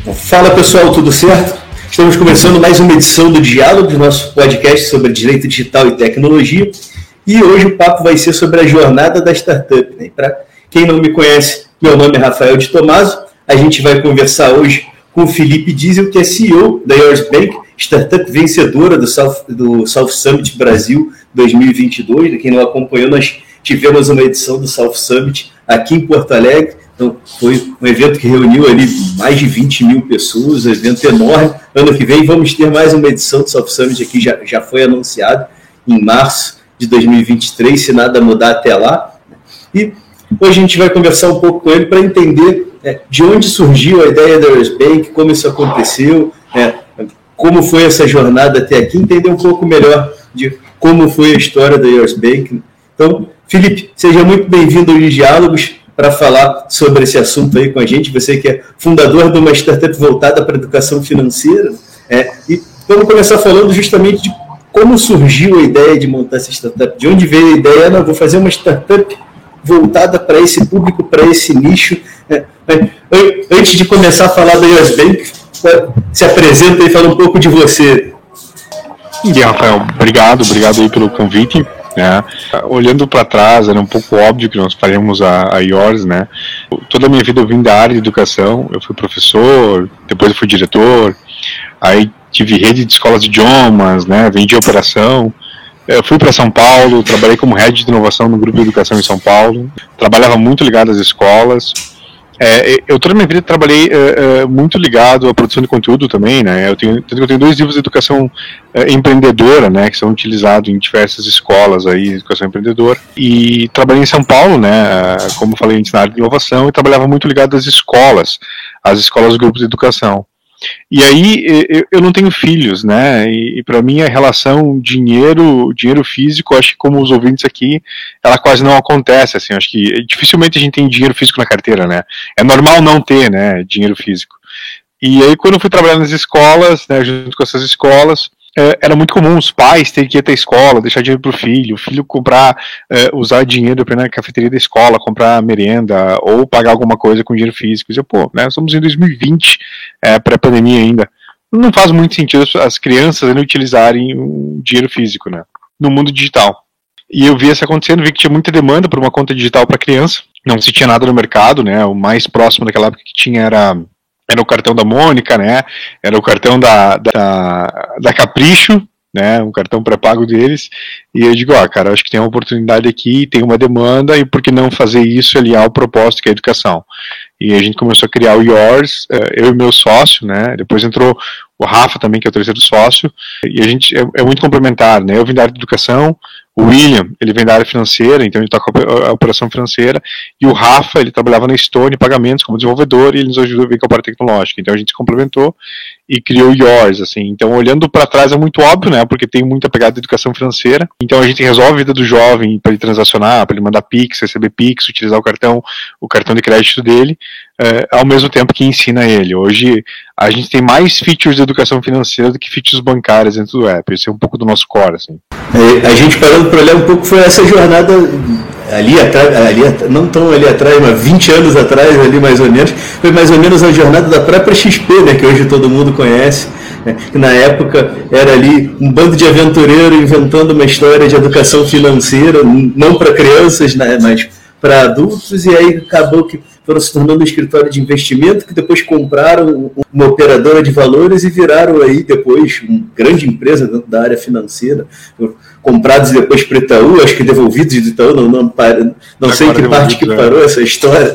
Fala pessoal, tudo certo? Estamos começando mais uma edição do Diálogo, nosso podcast sobre direito digital e tecnologia. E hoje o papo vai ser sobre a jornada da startup. Né? Para quem não me conhece, meu nome é Rafael de Tomaso. A gente vai conversar hoje com o Felipe Diesel, que é CEO da Yours Bank, startup vencedora do South Summit Brasil 2022. Quem não acompanhou, nós tivemos uma edição do South Summit aqui em Porto Alegre. Então, foi um evento que reuniu ali mais de 20 mil pessoas, um evento enorme. Ano que vem vamos ter mais uma edição do South Summit aqui, já foi anunciado em março de 2023, se nada mudar até lá. E hoje a gente vai conversar um pouco com ele para entender de onde surgiu a ideia da Yours Bank, como isso aconteceu, como foi essa jornada até aqui, entender um pouco melhor de como foi a história da Yours Bank. Então, Felipe, seja muito bem-vindo aos Diálogos para falar sobre esse assunto aí com a gente. Você que é fundador de uma startup voltada para a educação financeira. E vamos começar falando justamente de como surgiu a ideia de montar essa startup. De onde veio a ideia? Não, vou fazer uma startup voltada para esse público, para esse nicho. Antes de começar a falar da Yours Bank, se apresenta e fala um pouco de você. E Rafael, obrigado aí pelo convite. Olhando para trás, era um pouco óbvio que nós faríamos a Yours, né? Toda a minha vida eu vim da área de educação, eu fui professor, depois eu fui diretor, aí tive rede de escolas de idiomas, né? Vendi operação, eu fui para São Paulo, trabalhei como head de inovação no grupo de educação em São Paulo, trabalhava muito ligado às escolas. Eu toda a minha vida trabalhei muito ligado à produção de conteúdo também, né? Eu tenho 2 livros de educação empreendedora, né, que são utilizados em diversas escolas aí, educação empreendedora. E trabalhei em São Paulo, né, como falei antes, na área de inovação, e trabalhava muito ligado às escolas do grupo de educação. E aí eu não tenho filhos, né, e para mim a relação dinheiro físico, acho que como os ouvintes aqui, ela quase não acontece, assim, acho que dificilmente a gente tem dinheiro físico na carteira, né, é normal não ter, né, dinheiro físico. E aí quando eu fui trabalhar nas escolas, né, junto com essas escolas, era muito comum os pais terem que ir até a escola, deixar dinheiro para o filho comprar, usar dinheiro para ir na cafeteria da escola, comprar merenda, ou pagar alguma coisa com dinheiro físico. E eu, né, estamos em 2020, pré-pandemia ainda. Não faz muito sentido as crianças ainda utilizarem o dinheiro físico, né, no mundo digital. E eu vi isso acontecendo, vi que tinha muita demanda por uma conta digital para criança, não se tinha nada no mercado, né, o mais próximo daquela época que tinha era o cartão da Mônica, né? Era o cartão da Capricho, né? Um cartão pré-pago deles. E eu digo, cara, acho que tem uma oportunidade aqui, tem uma demanda, e por que não fazer isso e aliar o propósito que é a educação? E a gente começou a criar o Yours, eu e meu sócio, né? Depois entrou o Rafa também, que é o terceiro sócio, e a gente é muito complementar, né? Eu vim da área de educação, o William, ele vem da área financeira, então ele toca a operação financeira, e o Rafa, ele trabalhava na Stone pagamentos como desenvolvedor, e ele nos ajudou a vir com a parte tecnológica. Então a gente se complementou e criou o Yours, assim. Então olhando para trás é muito óbvio, né, porque tem muita pegada de educação financeira, então a gente resolve a vida do jovem para ele transacionar, para ele mandar Pix, receber Pix, utilizar o cartão de crédito dele, ao mesmo tempo que ensina ele. Hoje a gente tem mais features de educação financeira do que features bancárias dentro do app. Esse é um pouco do nosso core, assim. A gente parando para olhar um pouco, foi essa jornada ali atrás, não tão ali atrás, mas 20 anos atrás, ali mais ou menos, foi mais ou menos a jornada da própria XP, né, que hoje todo mundo conhece, né, que na época era ali um bando de aventureiro inventando uma história de educação financeira, não para crianças, né, mas para adultos, e aí acabou que foram se tornando um escritório de investimento, que depois compraram uma operadora de valores e viraram aí depois uma grande empresa dentro da área financeira, comprados depois para Itaú, acho que devolvidos de Itaú, não sei em que parte que parou essa história.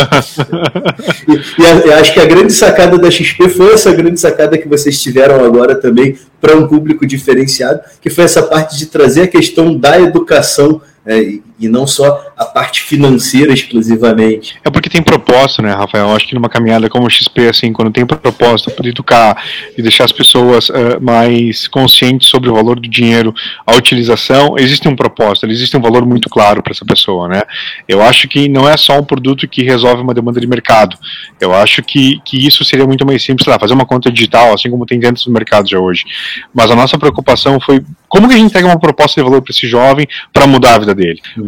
E acho que a grande sacada da XP foi essa grande sacada que vocês tiveram agora também para um público diferenciado, que foi essa parte de trazer a questão da educação, e não só a parte financeira exclusivamente. É porque tem propósito, né, Rafael? Eu acho que numa caminhada como o XP, assim, quando tem propósito para educar e deixar as pessoas mais conscientes sobre o valor do dinheiro, a utilização, existe um propósito, existe um valor muito claro para essa pessoa, né? Eu acho que não é só um produto que resolve uma demanda de mercado. Eu acho que isso seria muito mais simples, sei lá, fazer uma conta digital, assim como tem dentro do mercado já hoje. Mas a nossa preocupação foi como que a gente entrega uma proposta de valor para esse jovem para mudar a vida dele.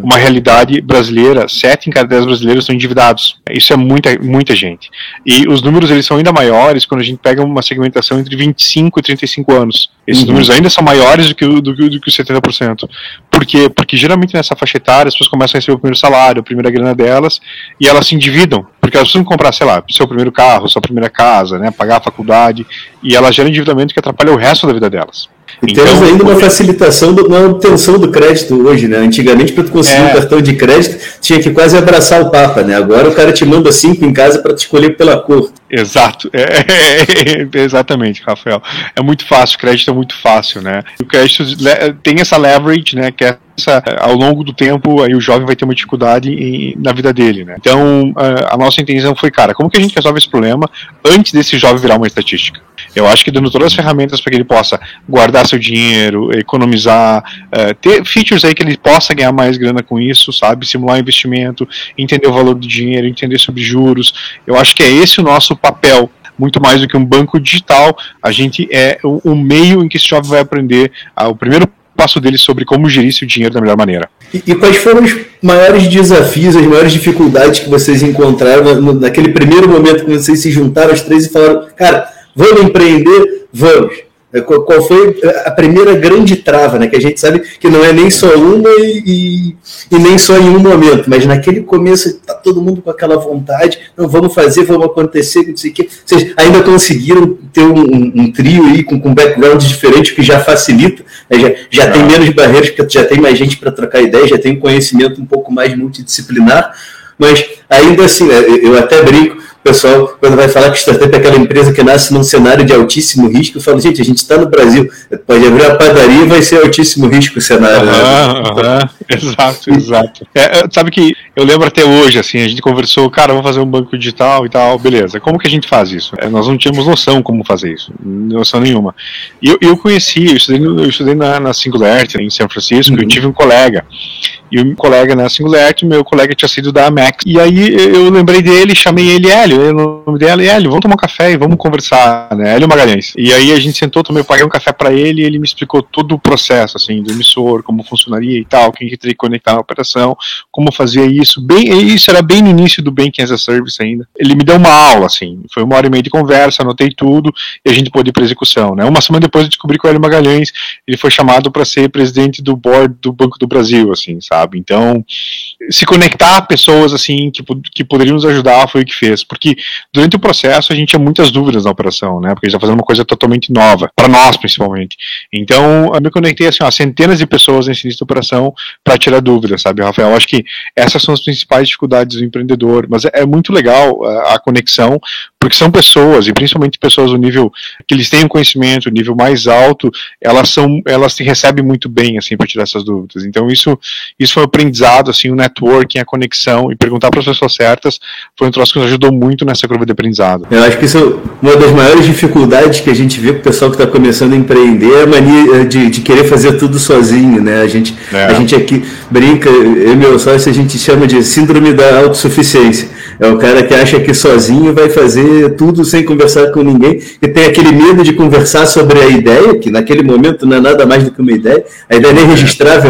uma realidade brasileira, 7 em cada 10 brasileiros estão endividados. Isso é muita gente. E os números eles são ainda maiores quando a gente pega uma segmentação entre 25 e 35 anos. Esses números ainda são maiores do que os 70%. Por quê? Porque geralmente nessa faixa etária as pessoas começam a receber o primeiro salário, a primeira grana delas, e elas se endividam, porque elas precisam comprar, sei lá, seu primeiro carro, sua primeira casa, né, pagar a faculdade, e elas geram endividamento que atrapalha o resto da vida delas. E então, temos ainda uma facilitação na obtenção do crédito hoje, né? Antigamente, para tu conseguir um cartão de crédito, tinha que quase abraçar o Papa, né? Agora o cara te manda 5 em casa para te escolher pela cor. Exato, exatamente, Rafael. É muito fácil, o crédito é muito fácil, né? O crédito tem essa leverage, né? Que é ao longo do tempo, aí o jovem vai ter uma dificuldade na vida dele, né? Então, a nossa intenção foi, cara, como que a gente resolve esse problema antes desse jovem virar uma estatística? Eu acho que dando todas as ferramentas para que ele possa guardar seu dinheiro, economizar, ter features aí que ele possa ganhar mais grana com isso, sabe? Simular investimento, entender o valor do dinheiro, entender sobre juros. Eu acho que é esse o nosso papel. Muito mais do que um banco digital, a gente é o meio em que esse jovem vai aprender o primeiro passo dele sobre como gerir seu dinheiro da melhor maneira. E quais foram os maiores desafios, as maiores dificuldades que vocês encontraram naquele primeiro momento que vocês se juntaram os três e falaram, cara, vamos empreender? Vamos. Qual foi a primeira grande trava, né? Que a gente sabe que não é nem só uma e nem só em um momento, mas naquele começo está todo mundo com aquela vontade, não, vamos fazer, vamos acontecer, não sei o quê. Vocês ainda conseguiram ter um trio aí com backgrounds diferentes, que já facilita, né? Já tem menos barreiras, porque já tem mais gente para trocar ideia, já tem um conhecimento um pouco mais multidisciplinar, mas ainda assim, né, eu até brinco, o pessoal, quando vai falar que startup é aquela empresa que nasce num cenário de altíssimo risco, eu falo, gente, a gente está no Brasil, pode abrir uma padaria e vai ser altíssimo risco o cenário. Exato. Sabe que eu lembro até hoje, assim, a gente conversou, cara, vamos fazer um banco digital e tal, beleza. Como que a gente faz isso? Nós não tínhamos noção como fazer isso, noção nenhuma. E eu estudei na Singularity, em São Francisco, eu tive um colega, e o colega na Singularity, meu colega tinha sido da Amex, e aí eu lembrei dele, chamei ele, Hélio, o nome dela é Hélio, vamos tomar um café e vamos conversar, né, Hélio Magalhães. E aí a gente sentou, eu paguei um café para ele e ele me explicou todo o processo, assim, do emissor, como funcionaria e tal, quem que teria que conectar na operação, como fazer isso, isso era bem no início do Banking as a Service ainda. Ele me deu uma aula, assim, foi 1h30 de conversa, anotei tudo e a gente pôde ir para execução, né. Uma semana depois eu descobri que o Hélio Magalhães, ele foi chamado para ser presidente do board do Banco do Brasil, assim, sabe. Então, se conectar a pessoas, assim, que poderiam nos ajudar foi o que fez, porque durante o processo a gente tinha muitas dúvidas na operação, né, porque a gente está fazendo uma coisa totalmente nova, para nós principalmente. Então, eu me conectei, assim, a centenas de pessoas nesse início da operação para tirar dúvidas, sabe, Rafael? Eu acho que essas são as principais dificuldades do empreendedor, mas é muito legal a conexão, porque são pessoas, e principalmente pessoas no nível que eles têm um conhecimento, nível mais alto, elas se recebem muito bem, assim, para tirar essas dúvidas. Então isso foi um aprendizado, assim, o networking, a conexão, e perguntar para as pessoas certas, foi um troço que nos ajudou muito nessa curva de aprendizado. Eu acho que isso é uma das maiores dificuldades que a gente vê com o pessoal que está começando a empreender, é a mania de querer fazer tudo sozinho, né? A gente aqui brinca, eu e meu sócio, a gente chama de síndrome da autossuficiência. É o cara que acha que sozinho vai fazer tudo sem conversar com ninguém, que tem aquele medo de conversar sobre a ideia, que naquele momento não é nada mais do que uma ideia, a ideia nem registrável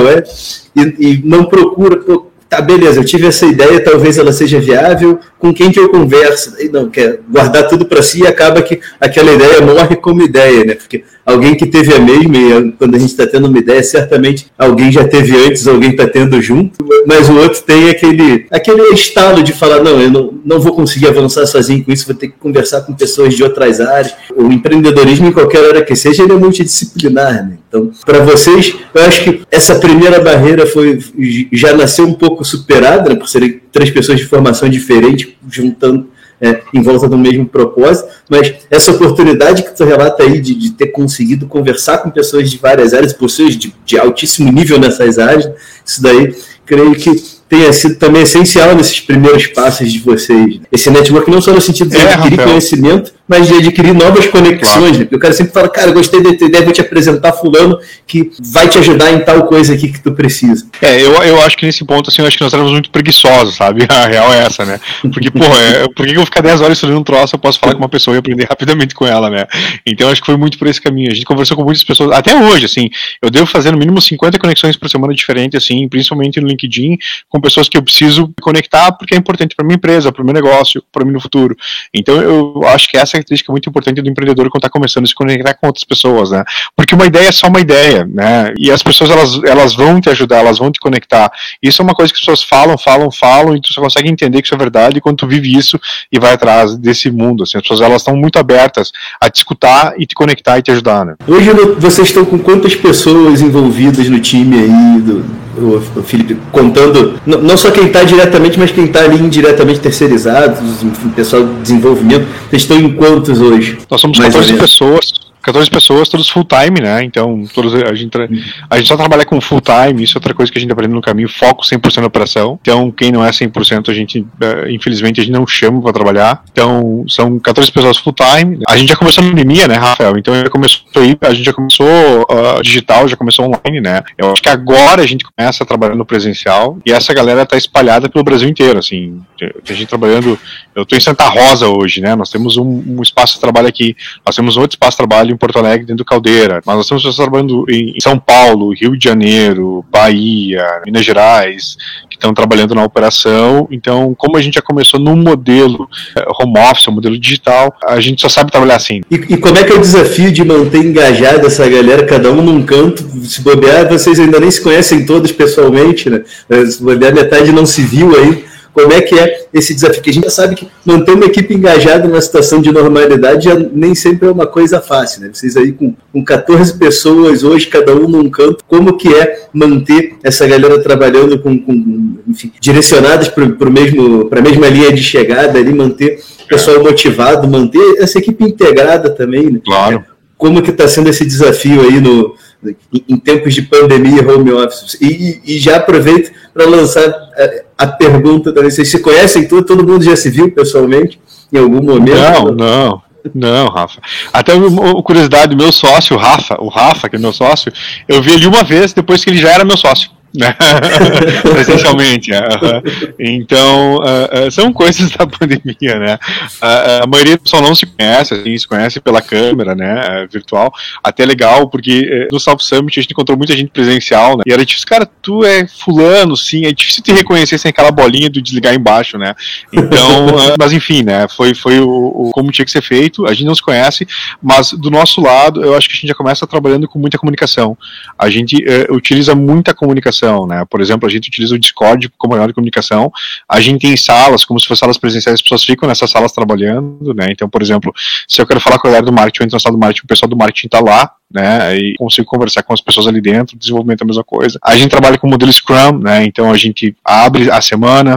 e não procura, tá, beleza, eu tive essa ideia, talvez ela seja viável, com quem que eu converso? E não, quer guardar tudo para si e acaba que aquela ideia morre como ideia, né? Porque alguém que teve a mesma, e quando a gente está tendo uma ideia, certamente alguém já teve antes, alguém está tendo junto, mas o outro tem aquele estalo de falar, não, eu não vou conseguir avançar sozinho com isso, vou ter que conversar com pessoas de outras áreas. O empreendedorismo, em qualquer área que seja, ele é multidisciplinar, né? Então, para vocês, eu acho que essa primeira barreira já nasceu um pouco superada, né, por serem 3 pessoas de formação diferente, juntando em volta do mesmo propósito, mas essa oportunidade que tu relata aí de ter conseguido conversar com pessoas de várias áreas, pessoas de altíssimo nível nessas áreas, isso daí, creio que tenha sido também essencial nesses primeiros passos de vocês. Esse network não só no sentido de adquirir conhecimento, mas de adquirir novas conexões, né? Porque o cara sempre fala, cara, gostei da tua ideia, vou te apresentar fulano que vai te ajudar em tal coisa aqui que tu precisa. Eu acho que nesse ponto, assim, eu acho que nós éramos muito preguiçosos, sabe? A real é essa, né? Porque, por que eu vou ficar 10 horas estudando um troço, eu posso falar com uma pessoa e aprender rapidamente com ela, né? Então, acho que foi muito por esse caminho. A gente conversou com muitas pessoas, até hoje, assim, eu devo fazer no mínimo 50 conexões por semana diferentes, assim, principalmente no LinkedIn, com pessoas que eu preciso conectar porque é importante para minha empresa, para o meu negócio, para mim no futuro. Então, eu acho que essa característica muito importante do empreendedor quando está começando a se conectar com outras pessoas, né? Porque uma ideia é só uma ideia, né? E as pessoas, elas vão te ajudar, elas vão te conectar. Isso é uma coisa que as pessoas falam, e tu só consegue entender que isso é verdade quando tu vive isso e vai atrás desse mundo, assim. As pessoas, elas estão muito abertas a te escutar e te conectar e te ajudar, né? Hoje vocês estão com quantas pessoas envolvidas no time aí, o Felipe, contando, não só quem está diretamente, mas quem está ali indiretamente terceirizado, enfim, pessoal de desenvolvimento, vocês estão em quantos hoje? Nós somos 14 pessoas, todos full time, né? Então, a gente só trabalha com full time, isso é outra coisa que a gente aprende no caminho, foco 100% na operação. Então, quem não é 100%, a gente, infelizmente, a gente não chama para trabalhar. Então, são 14 pessoas full time. A gente já começou na pandemia, né, Rafael? Então, a gente já começou digital, já começou online, né? Eu acho que agora a gente começa a trabalhar no presencial e essa galera tá espalhada pelo Brasil inteiro, assim. Tem gente trabalhando, eu tô em Santa Rosa hoje, né? Nós temos um espaço de trabalho aqui, nós temos outro espaço de trabalho em Porto Alegre, dentro do Caldeira, mas nós temos pessoas trabalhando em São Paulo, Rio de Janeiro, Bahia, Minas Gerais, que estão trabalhando na operação. Então, como a gente já começou num modelo home office, um modelo digital, a gente só sabe trabalhar assim. E como é que é o desafio de manter engajada essa galera, cada um num canto? Se bobear, vocês ainda nem se conhecem todos pessoalmente, né? Se bobear, metade não se viu aí. Como é que é esse desafio? Porque a gente já sabe que manter uma equipe engajada numa situação de normalidade já nem sempre é uma coisa fácil, né? Vocês aí com 14 pessoas hoje, cada um num canto, como que é manter essa galera trabalhando enfim, direcionadas para a mesma linha de chegada ali, manter o pessoal motivado, manter essa equipe integrada também, né? Claro. Como que está sendo esse desafio aí em tempos de pandemia e home office? E já aproveito para lançar a pergunta também. Vocês se conhecem todo mundo já se viu pessoalmente em algum momento? Não, Rafa. Até uma curiosidade, meu sócio, o Rafa, que é meu sócio, eu vi ele uma vez depois que ele já era meu sócio. Presencialmente. Então, são coisas da pandemia, né? A maioria do pessoal não se conhece, assim, se conhece pela câmera, né, virtual. Até legal, porque no South Summit a gente encontrou muita gente presencial, né? E era difícil, cara, tu é fulano, sim, é difícil te reconhecer sem aquela bolinha do desligar embaixo, né? Então, mas enfim, né? Foi como tinha que ser feito. A gente não se conhece, mas do nosso lado, eu acho que a gente já começa trabalhando com muita comunicação. A gente utiliza muita comunicação. Né? Por exemplo, a gente utiliza o Discord como canal de comunicação. A gente tem salas, como se fossem salas presenciais, as pessoas ficam nessas salas trabalhando, né? Então, por exemplo, se eu quero falar com a galera do marketing, eu entro na sala do marketing, o pessoal do marketing está lá, né? E consigo conversar com as pessoas ali dentro, desenvolvimento é a mesma coisa. A gente trabalha com o modelo Scrum, né? Então a gente abre a semana,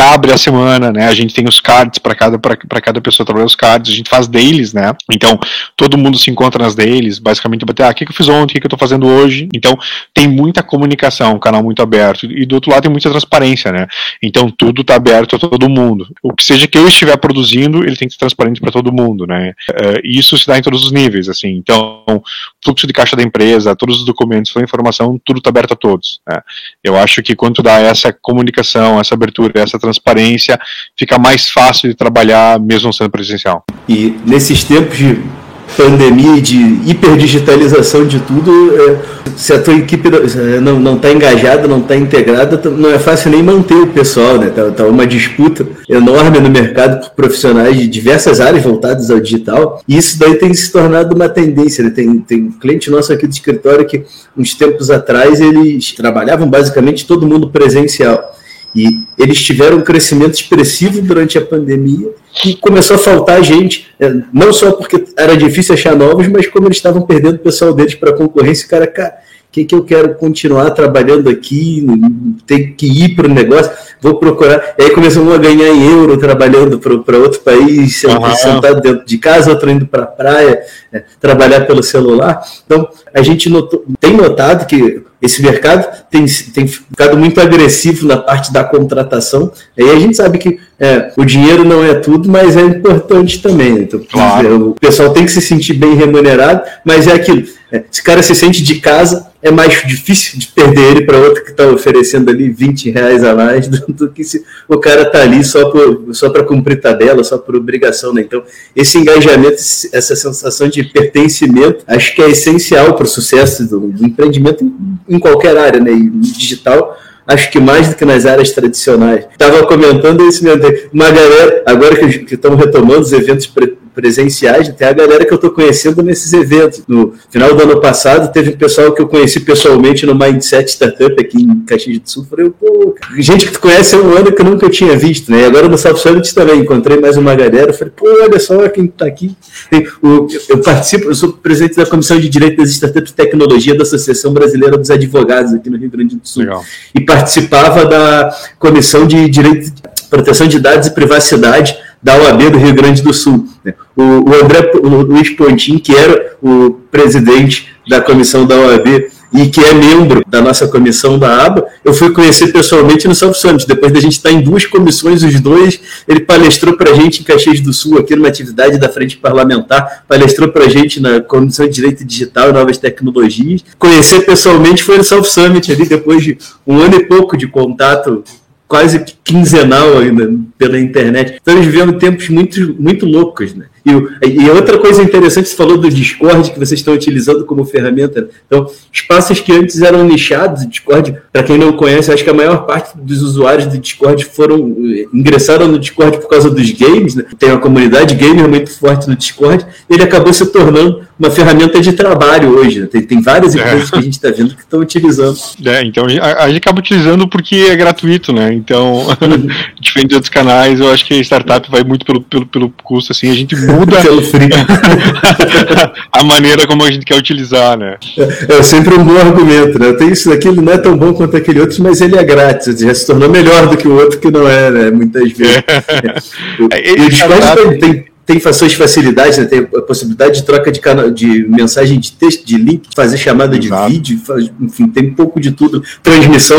né? A gente tem os cards para cada pessoa trabalhar os cards, a gente faz dailies, né? Então todo mundo se encontra nas dailies, basicamente bater, o que eu fiz ontem, o que eu tô fazendo hoje. Então tem muita comunicação, um canal muito aberto, e do outro lado tem muita transparência, né? Então tudo tá aberto a todo mundo. O que seja que eu estiver produzindo, ele tem que ser transparente para todo mundo, né? E isso se dá em todos os níveis, assim. Então fluxo de caixa da empresa, todos os documentos, toda a informação, tudo está aberto a todos, né? Eu acho que quando dá essa comunicação, essa abertura, essa transparência, fica mais fácil de trabalhar mesmo sendo presencial. E nesses tempos de pandemia e de hiperdigitalização de tudo, se a tua equipe não está engajada, não está integrada, não é fácil nem manter o pessoal, né? Tá uma disputa enorme no mercado por profissionais de diversas áreas voltadas ao digital, e isso daí tem se tornado uma tendência, né? Tem um cliente nosso aqui do escritório que uns tempos atrás eles trabalhavam basicamente todo mundo presencial. E eles tiveram um crescimento expressivo durante a pandemia e começou a faltar gente, não só porque era difícil achar novos, mas como eles estavam perdendo o pessoal deles para a concorrência, cara, que eu quero continuar trabalhando aqui, tem que ir para o negócio, vou procurar. E aí começou a ganhar em euro trabalhando para outro país, sentado dentro de casa, outro indo para a praia, trabalhar pelo celular. Então, a gente tem notado que esse mercado tem ficado muito agressivo na parte da contratação. Aí a gente sabe que o dinheiro não é tudo, mas é importante também. Então, claro, o pessoal tem que se sentir bem remunerado, mas é aquilo. Se o cara se sente de casa, é mais difícil de perder ele para outro que está oferecendo ali R$20 a mais do que se o cara está ali só para cumprir tabela, só por obrigação, né? Então, esse engajamento, essa sensação de pertencimento, acho que é essencial para o sucesso do empreendimento em qualquer área, né? E no digital, acho que mais do que nas áreas tradicionais. Estava comentando isso mesmo, uma galera, agora que estão retomando os eventos presenciais, tem a galera que eu estou conhecendo nesses eventos. No final do ano passado, teve um pessoal que eu conheci pessoalmente no Mindset Startup aqui em Caxias do Sul. Falei, pô, gente que tu conhece há um ano que eu nunca tinha visto, né? E agora no South Summit também encontrei mais uma galera. Falei, pô, olha só quem está aqui. Eu sou presidente da Comissão de Direito das Startups e Tecnologia da Associação Brasileira dos Advogados aqui no Rio Grande do Sul. Legal. E participava da Comissão de Direito de Proteção de Dados e Privacidade da OAB do Rio Grande do Sul. O Luiz Pontin, que era o presidente da comissão da OAB e que é membro da nossa comissão da ABA, eu fui conhecer pessoalmente no South Summit. Depois da gente estar em 2 comissões, os dois, ele palestrou para a gente em Caxias do Sul, aqui numa atividade da Frente Parlamentar, palestrou para a gente na Comissão de Direito Digital e Novas Tecnologias. Conhecer pessoalmente foi no South Summit, ali depois de 1 ano e pouco de contato quase quinzenal ainda pela internet. Então, eles vivendo tempos muito, muito loucos, né? E outra coisa interessante, você falou do Discord, que vocês estão utilizando como ferramenta. Então, espaços que antes eram nichados, o Discord, para quem não conhece, acho que a maior parte dos usuários do Discord ingressaram no Discord por causa dos games, né? Tem uma comunidade gamer muito forte no Discord, e ele acabou se tornando uma ferramenta de trabalho hoje, né? Tem várias empresas que a gente está vendo que estão utilizando. Então a gente acaba utilizando porque é gratuito, né? Então, diferente de outros canais, eu acho que a startup vai muito pelo custo, assim, a gente muda a maneira como a gente quer utilizar, né? É sempre um bom argumento, né? Tem isso daqui, ele não é tão bom quanto aquele outro, mas ele é grátis, já se tornou melhor do que o outro que não é, né? Muitas vezes. E o Discord tem suas facilidades, né? Tem a possibilidade de troca de mensagem de texto, de link, fazer chamada de vídeo, enfim, tem um pouco de tudo. Transmissão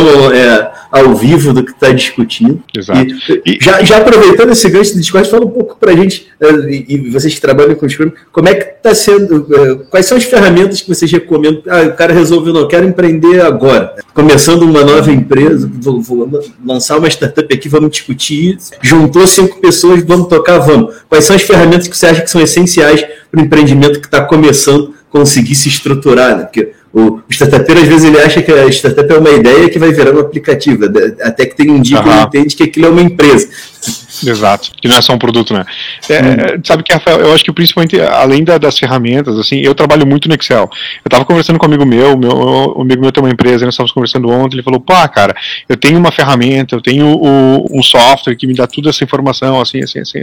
ao vivo do que está discutindo. Exato. E já aproveitando esse gancho do Discord, fala um pouco para a gente, e vocês que trabalham com o Scrum, como é que está sendo, quais são as ferramentas que vocês recomendam? O cara resolveu, não, quero empreender agora. Começando uma nova empresa, vou lançar uma startup aqui, vamos discutir isso. Juntou 5 pessoas, vamos tocar, vamos. Quais são as ferramentas que você acha que são essenciais para o empreendimento que está começando a conseguir se estruturar, né? Porque o startupeiro, às vezes, ele acha que a startup é uma ideia que vai virar um aplicativo, até que tem um dia que ele entende que aquilo é uma empresa. Exato, que não é só um produto, né? Sabe que, Rafael, eu acho que principalmente, além das ferramentas, assim, eu trabalho muito no Excel. Eu estava conversando com um amigo meu, o amigo meu tem uma empresa, nós estávamos conversando ontem, ele falou, cara, eu tenho uma ferramenta, eu tenho um software que me dá toda essa informação, assim,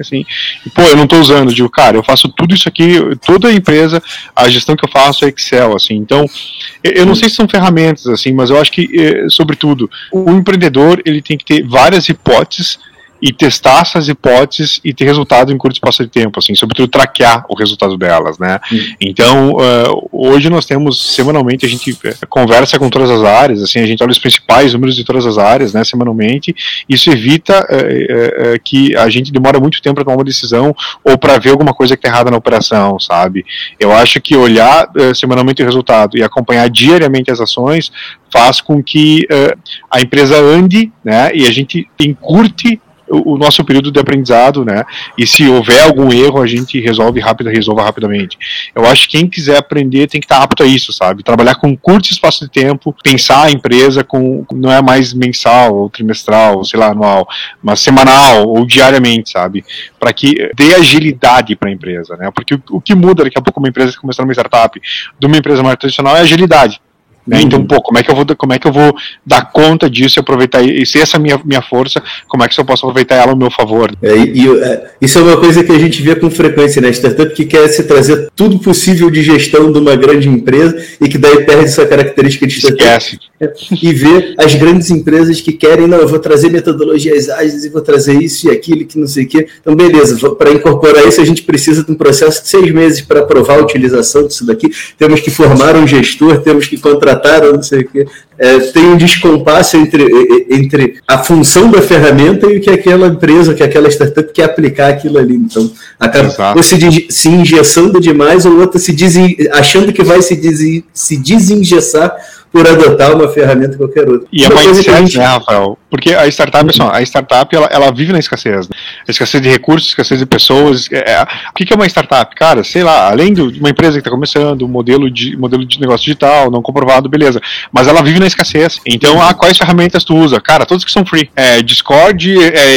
e, eu não estou usando. Eu digo, cara, eu faço tudo isso aqui, toda a empresa, a gestão que eu faço é Excel, assim, então, eu não sei se são ferramentas, assim, mas eu acho que, sobretudo, o empreendedor, ele tem que ter várias hipóteses e testar essas hipóteses e ter resultado em curto espaço de tempo, assim, sobretudo traquear o resultado delas, né? Então, hoje nós temos, semanalmente, a gente conversa com todas as áreas, assim, a gente olha os principais números de todas as áreas, né, semanalmente. Isso evita que a gente demora muito tempo para tomar uma decisão ou para ver alguma coisa que está errada na operação, sabe? Eu acho que olhar semanalmente o resultado e acompanhar diariamente as ações faz com que a empresa ande, né, e a gente encurte o nosso período de aprendizado, né? E se houver algum erro, a gente resolva rapidamente. Eu acho que quem quiser aprender tem que estar apto a isso, sabe? Trabalhar com um curto espaço de tempo, pensar a empresa não é mais mensal ou trimestral, ou sei lá, anual, mas semanal ou diariamente, sabe? Para que dê agilidade para a empresa, né? Porque o que muda daqui a pouco uma empresa que começar uma startup de uma empresa mais tradicional é agilidade. Né? Então, como é que eu vou dar conta disso e aproveitar, e se essa é a minha força, como é que eu posso aproveitar ela ao meu favor? Isso é uma coisa que a gente vê com frequência, né? Startup que quer se trazer tudo possível de gestão de uma grande empresa e que daí perde essa característica de startup. Esquece. E vê as grandes empresas que querem, não, eu vou trazer metodologias ágeis e vou trazer isso e aquilo que não sei o quê. Então, beleza, para incorporar isso a gente precisa de um processo de 6 meses para aprovar a utilização disso daqui. Temos que formar um gestor, temos que contratar contrataram, não sei o quê. Tem um descompasso entre a função da ferramenta e o que aquela empresa, que aquela startup quer aplicar aquilo ali. Então, acaba ou se engessando demais, ou outra achando que vai se desengessar por adotar uma ferramenta qualquer outra. E a mindset, né, Rafael? Porque a startup, a startup ela vive na escassez, né? A escassez de recursos, escassez de pessoas. O que é uma startup? Cara, sei lá, além de uma empresa que está começando, modelo de negócio digital, não comprovado, beleza. Mas ela vive na escassez. Então, quais ferramentas tu usa? Cara, todas que são free. Discord,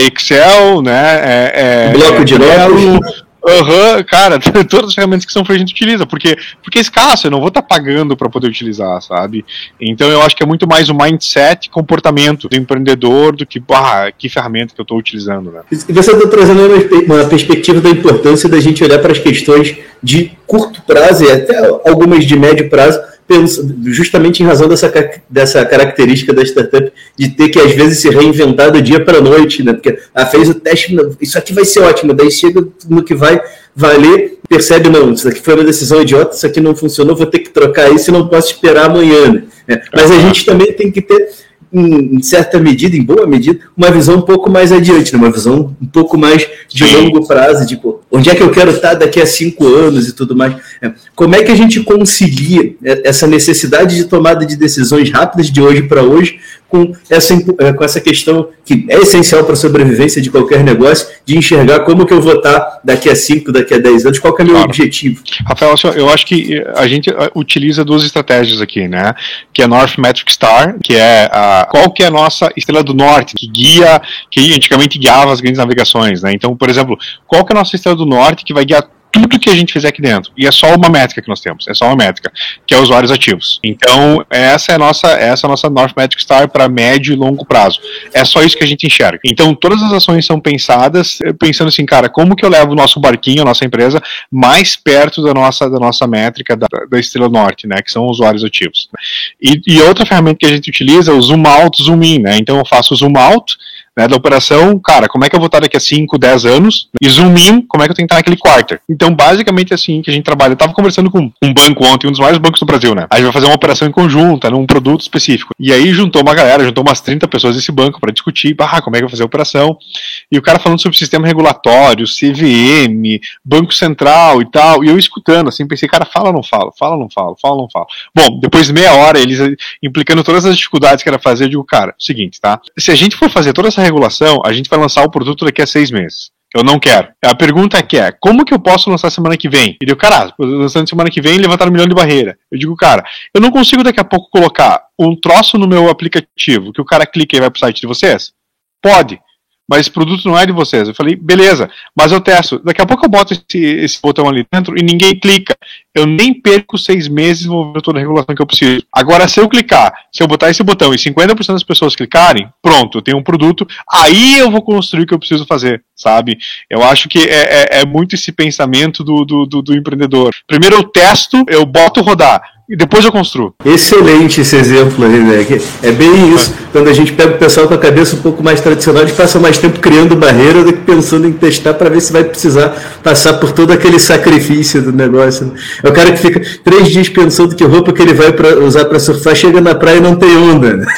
Excel, né? Bloco de notas. Cara, todas as ferramentas que são free a gente utiliza, porque é escasso, eu não vou estar pagando para poder utilizar, sabe? Então eu acho que é muito mais o mindset, comportamento do empreendedor do que, que ferramenta que eu estou utilizando, né? E você está trazendo uma perspectiva da importância da gente olhar para as questões de curto prazo e até algumas de médio prazo, justamente em razão dessa característica da startup de ter que às vezes se reinventar do dia para a noite, né? Porque fez o teste, isso aqui vai ser ótimo, daí chega no que vai valer, percebe, não, isso aqui foi uma decisão idiota, isso aqui não funcionou, vou ter que trocar isso e não posso esperar amanhã, né? Mas a gente também tem que ter, em certa medida, em boa medida, uma visão um pouco mais adiante, né? Uma visão um pouco mais de longo prazo, tipo, onde é que eu quero estar daqui a 5 anos e tudo mais. Como é que a gente concilia essa necessidade de tomada de decisões rápidas de hoje para hoje com essa questão que é essencial para a sobrevivência de qualquer negócio, de enxergar como que eu vou estar daqui a 5, daqui a 10 anos, qual que é o meu objetivo. Rafael, eu acho que a gente utiliza duas estratégias aqui, né? Que é a North Metric Star, que é qual que é a nossa estrela do norte, que antigamente guiava as grandes navegações, né? Então, por exemplo, qual que é a nossa estrela do norte que vai guiar tudo que a gente fizer aqui dentro. E é só uma métrica que nós temos, é só uma métrica, que é usuários ativos. Então, essa é a nossa North Metric Star para médio e longo prazo. É só isso que a gente enxerga. Então, todas as ações são pensadas, pensando assim, cara, como que eu levo o nosso barquinho, a nossa empresa, mais perto da nossa métrica da estrela norte, né, que são usuários ativos. E outra ferramenta que a gente utiliza é o zoom out, zoom in, né, então eu faço o zoom out, né, da operação, cara, como é que eu vou estar daqui a 5, 10 anos, e zoom in, como é que eu tenho que estar naquele quarter. Então, basicamente assim que a gente trabalha. Eu estava conversando com um banco ontem, um dos maiores bancos do Brasil, né, a gente vai fazer uma operação em conjunta, num produto específico, e aí juntou umas 30 pessoas desse banco para discutir, como é que eu vou fazer a operação, e o cara falando sobre sistema regulatório, CVM, Banco Central e tal, e eu escutando, assim, pensei, cara, fala ou não fala. Bom, depois de meia hora, eles implicando todas as dificuldades que era fazer, eu digo, cara, seguinte, tá, se a gente for fazer toda essa regulação, a gente vai lançar o produto daqui a 6 meses. Eu não quero. A pergunta é, como que eu posso lançar semana que vem? Ele digo, cara, lançando semana que vem, levantar 1 milhão de barreira. Eu digo, cara, eu não consigo daqui a pouco colocar um troço no meu aplicativo que o cara clica e vai pro site de vocês? Pode. Mas esse produto não é de vocês. Eu falei, beleza, mas eu testo. Daqui a pouco eu boto esse botão ali dentro e ninguém clica. Eu nem perco 6 meses e vou ver toda a regulação que eu preciso. Agora, se eu botar esse botão e 50% das pessoas clicarem, pronto, eu tenho um produto, aí eu vou construir o que eu preciso fazer, sabe? Eu acho que é muito esse pensamento do empreendedor. Primeiro eu testo, eu boto rodar. E depois eu construo. Excelente esse exemplo aí, né? É bem isso. Quando a gente pega o pessoal com a cabeça um pouco mais tradicional, eles passam mais tempo criando barreira do que pensando em testar para ver se vai precisar passar por todo aquele sacrifício do negócio. Né? É o cara que fica 3 dias pensando que roupa que ele vai usar para surfar, chega na praia e não tem onda. Né?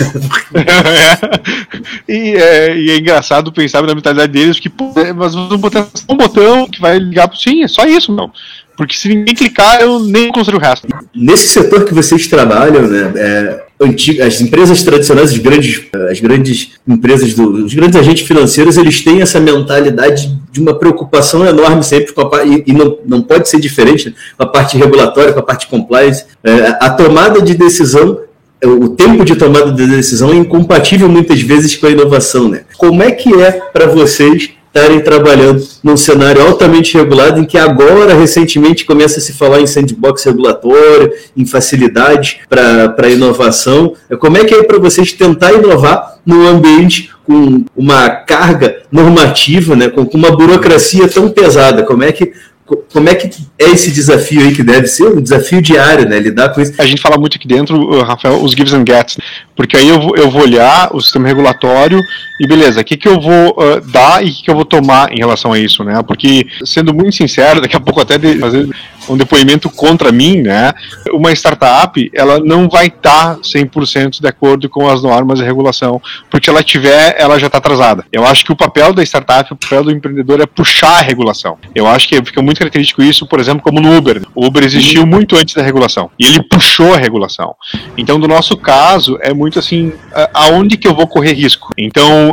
E é engraçado pensar na mentalidade deles que, mas vamos botar um botão que vai ligar pro sim, é só isso, não. Porque se ninguém clicar, eu nem construo o resto. Nesse setor que vocês trabalham, né, as empresas tradicionais, as grandes empresas, os grandes agentes financeiros, eles têm essa mentalidade de uma preocupação enorme sempre com e não pode ser diferente, né, com a parte regulatória, com a parte compliance. A tomada de decisão, o tempo de tomada de decisão é incompatível muitas vezes com a inovação. Né? Como é que é para vocês estarem trabalhando num cenário altamente regulado, em que agora, recentemente, começa a se falar em sandbox regulatório, em facilidades para inovação? Como é que é para vocês tentar inovar num ambiente com uma carga normativa, né, com uma burocracia tão pesada? Como é que é esse desafio aí, que deve ser um desafio diário, né, lidar com isso? A gente fala muito aqui dentro, Rafael, os gives and gets, porque aí eu vou olhar o sistema regulatório e beleza, o que eu vou dar e o que eu vou tomar em relação a isso, né? Porque, sendo muito sincero, daqui a pouco até fazer um depoimento contra mim, né? uma startup, ela não vai estar 100% de acordo com as normas e regulação, porque se ela tiver, ela já está atrasada. Eu acho que o papel da startup, o papel do empreendedor é puxar a regulação. Eu acho que fica muito característico isso, por exemplo, como no Uber. O Uber existiu muito antes da regulação, e ele puxou a regulação. Então, no nosso caso, é muito assim, aonde que eu vou correr risco? Então,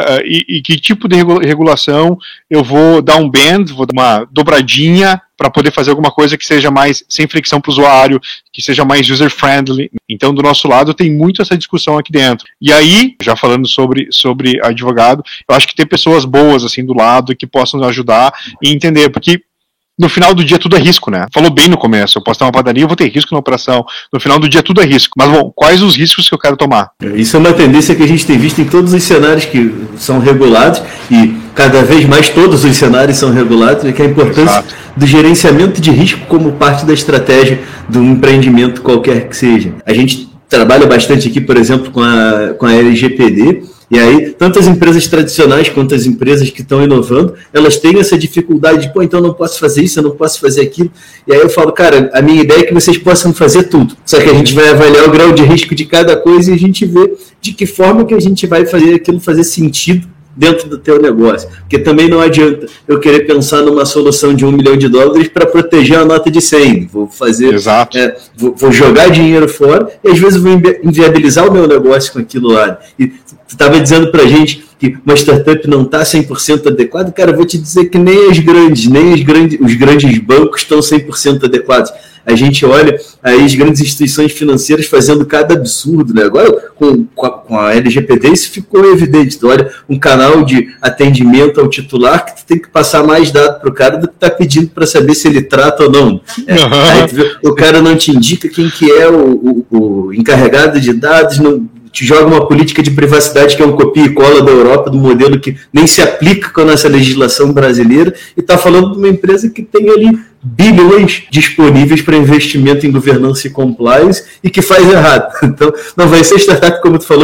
e que tipo de regulação eu vou dar um bend, vou dar uma dobradinha para poder fazer alguma coisa que seja mais sem fricção para o usuário, que seja mais user-friendly. Então, do nosso lado, tem muito essa discussão aqui dentro. E aí, já falando sobre advogado, eu acho que tem pessoas boas assim do lado que possam ajudar e entender, porque no final do dia tudo é risco, né? Falou bem no começo, eu posso ter uma padaria, eu vou ter risco na operação. No final do dia tudo é risco. Mas, bom, quais os riscos que eu quero tomar? Isso é uma tendência que a gente tem visto em todos os cenários que são regulados, e cada vez mais todos os cenários são regulados, que é a importância do gerenciamento de risco como parte da estratégia de um empreendimento qualquer que seja. A gente trabalha bastante aqui, por exemplo, com a LGPD, e aí, tanto as empresas tradicionais quanto as empresas que estão inovando, elas têm essa dificuldade de, então eu não posso fazer isso, eu não posso fazer aquilo. E aí eu falo, cara, a minha ideia é que vocês possam fazer tudo. Só que a gente vai avaliar o grau de risco de cada coisa e a gente vê de que forma que a gente vai fazer aquilo fazer sentido dentro do teu negócio. Porque também não adianta eu querer pensar numa solução de $1 milhão para proteger a nota de 100. Vou fazer, vou jogar dinheiro fora e às vezes vou inviabilizar o meu negócio com aquilo lá. E tu estava dizendo para a gente que uma startup não está 100% adequada. Cara, eu vou te dizer que nem os grandes bancos estão 100% adequados. A gente olha aí as grandes instituições financeiras fazendo cada absurdo, né? Agora, com a LGPD, isso ficou evidente. Tu olha um canal de atendimento ao titular que tu tem que passar mais dado para o cara do que tá pedindo para saber se ele trata ou não. Aí o cara não te indica quem que é o encarregado de dados, não te joga uma política de privacidade que é um copia e cola da Europa, do modelo que nem se aplica com a nossa legislação brasileira, e está falando de uma empresa que tem ali bilhões disponíveis para investimento em governança e compliance e que faz errado. Então, não vai ser startup, como tu falou,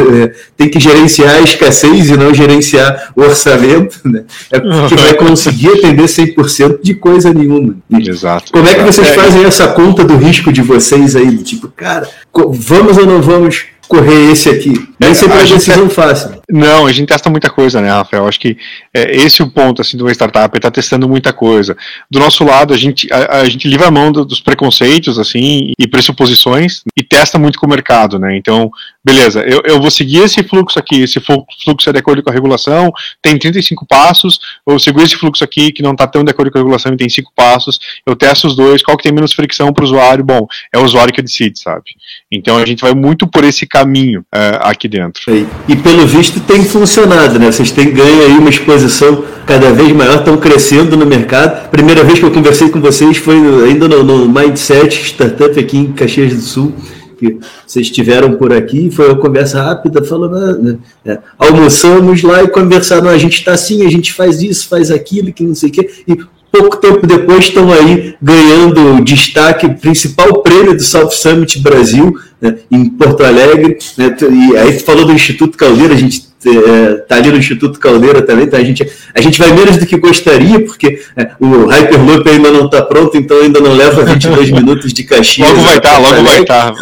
tem que gerenciar a escassez e não gerenciar o orçamento, né? Que vai conseguir atender 100% de coisa nenhuma. Exato. Como é que vocês fazem essa conta do risco de vocês aí? Do tipo, cara, vamos ou não vamos correr esse aqui? Nem sempre é decisão fácil. Não, a gente testa muita coisa, né, Rafael? Acho que esse é o ponto assim, de uma startup, está testando muita coisa. Do nosso lado, a gente livra a mão dos preconceitos assim, e pressuposições e testa muito com o mercado, né? Então, beleza, eu vou seguir esse fluxo aqui, esse fluxo é de acordo com a regulação, tem 35 passos, eu sigo esse fluxo aqui que não está tão de acordo com a regulação e tem 5 passos, eu testo os dois, qual que tem menos fricção para o usuário? Bom, é o usuário que decide, sabe? Então a gente vai muito por esse caminho aqui dentro. E pelo visto tem funcionado, né? Vocês têm ganho aí uma exposição cada vez maior, estão crescendo no mercado. Primeira vez que eu conversei com vocês foi ainda no Mindset Startup aqui em Caxias do Sul, que vocês estiveram por aqui, foi uma conversa rápida, falando, almoçamos lá e conversaram, a gente está assim, a gente faz isso, faz aquilo, que não sei o quê, e pouco tempo depois estão aí ganhando destaque, principal prêmio do South Summit Brasil, né, em Porto Alegre, né, e aí tu falou do Instituto Caldeira, a gente está ali no Instituto Caldeira também, então a gente vai menos do que gostaria, porque o Hyperloop ainda não está pronto, então ainda não leva 22 minutos de Caxias. Logo vai estar.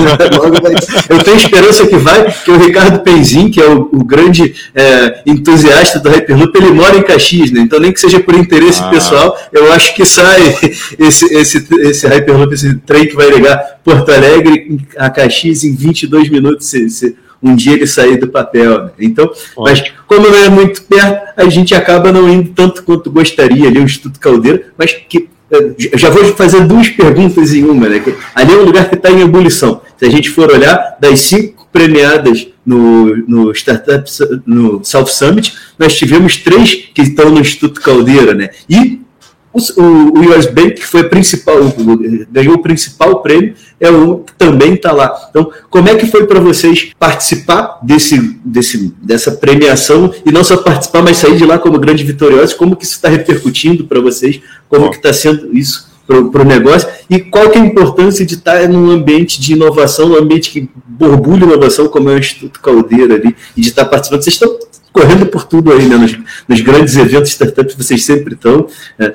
Eu tenho esperança que o Ricardo Penzin, que é o grande entusiasta do Hyperloop, ele mora em Caxias, né? Então nem que seja por interesse pessoal, eu acho que sai esse Hyperloop, esse trem que vai ligar Porto Alegre a Caxias em 22 minutos, um dia ele sair do papel, né? Então, mas como não é muito perto, a gente acaba não indo tanto quanto gostaria ali o Instituto Caldeira, mas que já vou fazer duas perguntas em uma, né? Ali é um lugar que está em ebulição. Se a gente for olhar, das 5 premiadas no Startup, no South Summit, nós tivemos 3 que estão no Instituto Caldeira, né? E o US Bank, que foi ganhou o principal prêmio, é um que também está lá. Então, como é que foi para vocês participar dessa premiação, e não só participar, mas sair de lá como grande vitoriosos? Como que isso está repercutindo para vocês? Como que está sendo isso para o negócio? E qual que é a importância de estar num ambiente de inovação, num ambiente que borbulha inovação, como é o Instituto Caldeira ali, e de estar participando? Vocês estão correndo por tudo aí, né? Nos grandes eventos startups vocês sempre estão, né?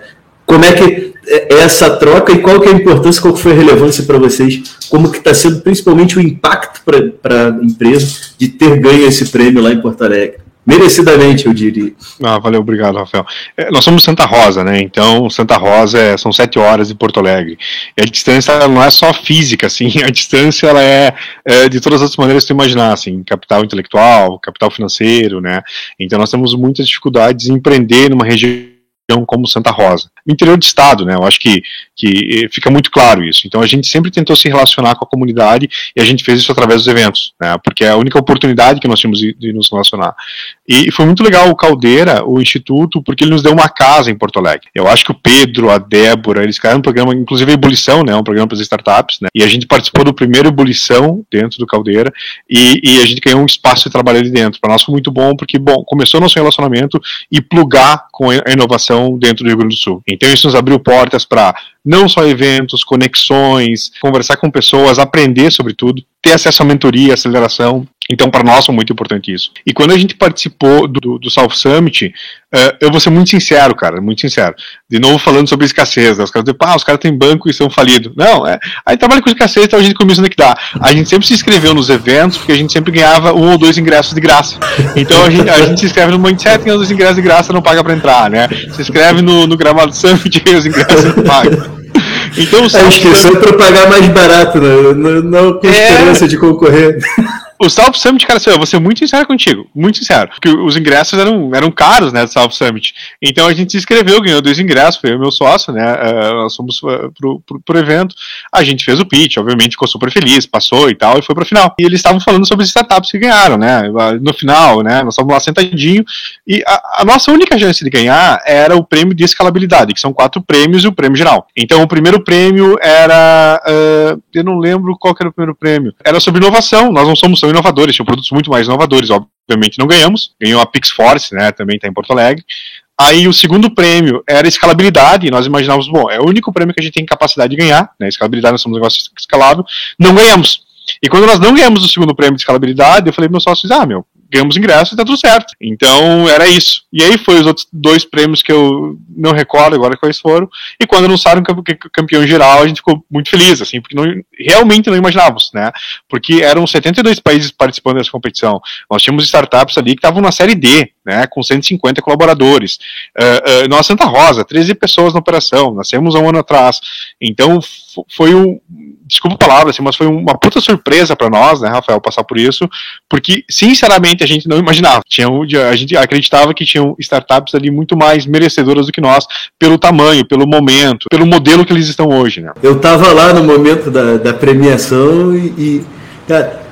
Como é que é essa troca e qual que é a importância, qual que foi a relevância para vocês? Como que está sendo principalmente o impacto para a empresa de ter ganho esse prêmio lá em Porto Alegre? Merecidamente, eu diria. Valeu, obrigado, Rafael. Nós somos Santa Rosa, né? Então, Santa Rosa são 7 horas de Porto Alegre. E a distância ela não é só física, assim, a distância ela é de todas as maneiras que você imaginar, assim, capital intelectual, capital financeiro, né? Então, nós temos muitas dificuldades em empreender numa região como Santa Rosa. No interior do estado, né? Eu acho que fica muito claro isso. Então a gente sempre tentou se relacionar com a comunidade e a gente fez isso através dos eventos, né? Porque é a única oportunidade que nós tínhamos de nos relacionar. E foi muito legal o Caldeira, o Instituto, porque ele nos deu uma casa em Porto Alegre. Eu acho que o Pedro, a Débora, eles criaram um programa, inclusive a Ebulição, né? Um programa para as startups, né? E a gente participou do primeiro Ebulição dentro do Caldeira e a gente ganhou um espaço de trabalho ali dentro. Para nós foi muito bom, porque, começou o nosso relacionamento e plugar com a inovação dentro do Rio Grande do Sul. Então isso nos abriu portas para não só eventos, conexões, conversar com pessoas, aprender sobre tudo, ter acesso à mentoria, aceleração. Então, para nós é muito importante isso. E quando a gente participou do South Summit, eu vou ser muito sincero, cara, muito sincero. De novo falando sobre escassez, né? Os caras dizem, os caras têm banco e são falidos. Não, aí trabalha com escassez, então a gente começa que dá. A gente sempre se inscreveu nos eventos, porque a gente sempre ganhava 1 ou 2 ingressos de graça. Então a gente se inscreve no Mindset, ganha 2 ingressos de graça, não paga para entrar, né? Se inscreve no Gramado Summit, e os ingressos não pagam. Então, esqueceu para pagar mais barato, né? Não com esperança de concorrer. O South Summit, cara, eu vou ser muito sincero contigo, muito sincero, porque os ingressos eram caros, né, do South Summit. Então a gente se inscreveu, ganhou 2 ingressos, foi o meu sócio, né, nós fomos pro evento, a gente fez o pitch, obviamente ficou super feliz, passou e tal, e foi pro final. E eles estavam falando sobre as startups que ganharam, né, no final, né, nós estávamos lá sentadinho, e a nossa única chance de ganhar era o prêmio de escalabilidade, que são 4 prêmios e o prêmio geral. Então o primeiro prêmio era, eu não lembro qual que era o primeiro prêmio, era sobre inovação, nós não somos tão inovadores, tinham produtos muito mais inovadores, obviamente não ganhamos, ganhou a Pixforce, né, também está em Porto Alegre. Aí o segundo prêmio era escalabilidade, e nós imaginávamos, é o único prêmio que a gente tem capacidade de ganhar, né, escalabilidade, nós somos um negócio escalável, não ganhamos. E quando nós não ganhamos o segundo prêmio de escalabilidade, eu falei para meus sócios, ganhamos ingresso e tá tudo certo. Então, era isso. E aí foi os outros 2 prêmios que eu não recordo agora quais foram. E quando anunciaram o campeão geral, a gente ficou muito feliz, assim, porque realmente não imaginávamos, né? Porque eram 72 países participando dessa competição. Nós tínhamos startups ali que estavam na série D, né, com 150 colaboradores. Nós, Santa Rosa, 13 pessoas na operação, nascemos há 1 ano atrás. Então, foi desculpa a palavra, assim, mas foi uma puta surpresa para nós, né, Rafael, passar por isso, porque, sinceramente, a gente não imaginava. A gente acreditava que tinham startups ali muito mais merecedoras do que nós, pelo tamanho, pelo momento, pelo modelo que eles estão hoje, né. Eu tava lá no momento da premiação e cara,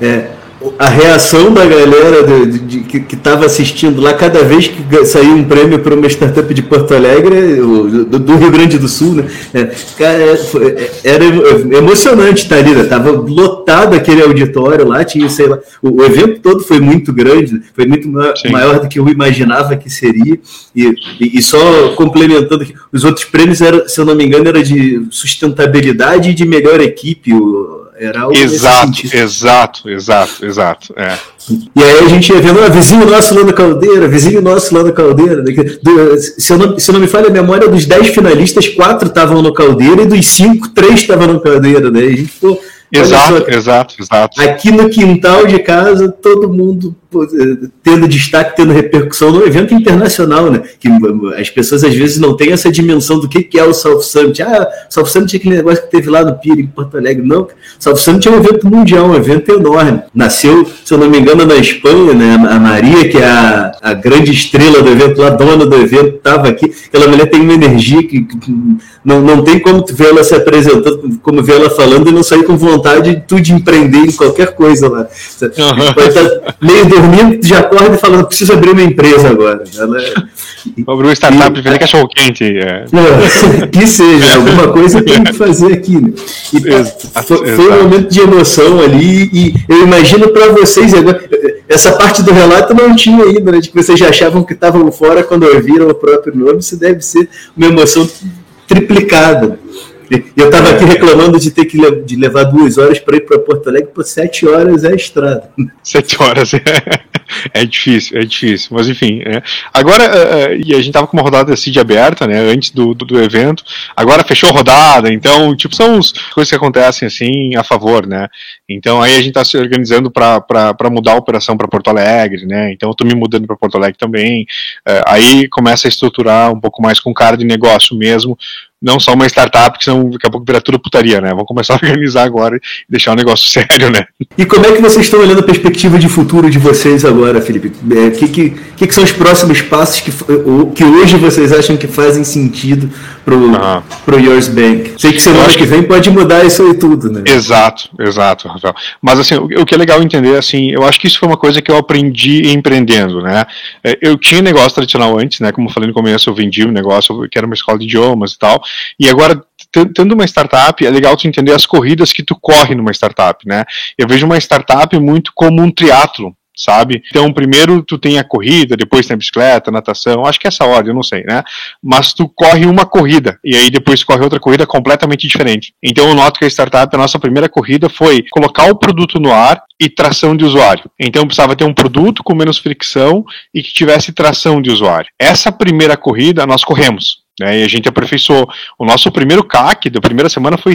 a reação da galera que estava assistindo lá, cada vez que saiu um prêmio para uma startup de Porto Alegre, do Rio Grande do Sul, né? Era emocionante estar ali, né? Tava lotado aquele auditório lá, tinha, sei lá, o evento todo foi muito grande, foi muito maior do que eu imaginava que seria, e só complementando, os outros prêmios, se eu não me engano, era de sustentabilidade e de melhor equipe, era algo exato. E aí a gente ia vendo, vizinho nosso lá na Caldeira. Se eu não me falha a memória, dos 10 finalistas, 4 estavam no Caldeira e dos 5, 3 estavam no Caldeira, né? E a gente ficou... Exato. Aqui no quintal de casa, todo mundo tendo destaque, tendo repercussão no evento internacional, né? Que as pessoas às vezes não têm essa dimensão do que é o South Summit. South Summit é aquele negócio que teve lá no Pira, em Porto Alegre. Não, South Summit é um evento mundial, um evento enorme. Nasceu, se eu não me engano, na Espanha, né? A Maria, que é a grande estrela do evento, a dona do evento, estava aqui. Aquela mulher tem uma energia que não tem como tu ver ela se apresentando, como ver ela falando e não sair com vontade de empreender em qualquer coisa lá. Pode estar meio dormindo, já acorda e falando, preciso abrir uma empresa agora. Abrir uma startup, vender cachorro-quente. Que seja, alguma coisa tem que fazer aqui. Né? Foi um momento de emoção ali, e eu imagino para vocês, agora, essa parte do relato não tinha ainda, né, de que vocês já achavam que estavam fora quando ouviram o próprio nome, isso deve ser uma emoção triplicada. Eu estava aqui reclamando de ter que levar 2 horas para ir para Porto Alegre, por 7 horas é a estrada. 7 horas é difícil, mas enfim. Agora, e a gente tava com uma rodada de seed aberta, né, antes do evento, agora fechou a rodada, então, tipo, são as coisas que acontecem assim a favor, né, então aí a gente tá se organizando para mudar a operação para Porto Alegre, né, então eu tô me mudando para Porto Alegre também, aí começa a estruturar um pouco mais com cara de negócio mesmo, não só uma startup, que senão daqui a pouco vira tudo putaria, né? Vamos começar a organizar agora e deixar um negócio sério, né? E como é que vocês estão olhando a perspectiva de futuro de vocês agora, Felipe? O que são os próximos passos que hoje vocês acham que fazem sentido pro Yours Bank? Sei que semana que vem pode mudar isso aí tudo, né? Exato, Rafael. Mas assim, o que é legal entender, assim, eu acho que isso foi uma coisa que eu aprendi empreendendo, né? Eu tinha negócio tradicional antes, né? Como eu falei no começo, eu vendi um negócio que era uma escola de idiomas e tal, e agora, tendo uma startup, é legal tu entender as corridas que tu corre numa startup, né? Eu vejo uma startup muito como um triatlo, sabe? Então, primeiro tu tem a corrida, depois tem a bicicleta, natação, acho que é essa ordem, eu não sei, né? Mas tu corre uma corrida, e aí depois tu corre outra corrida completamente diferente. Então, eu noto que a startup, a nossa primeira corrida foi colocar o produto no ar e tração de usuário. Então, precisava ter um produto com menos fricção e que tivesse tração de usuário. Essa primeira corrida, nós corremos. E a gente aperfeiçoou. O nosso primeiro CAC da primeira semana foi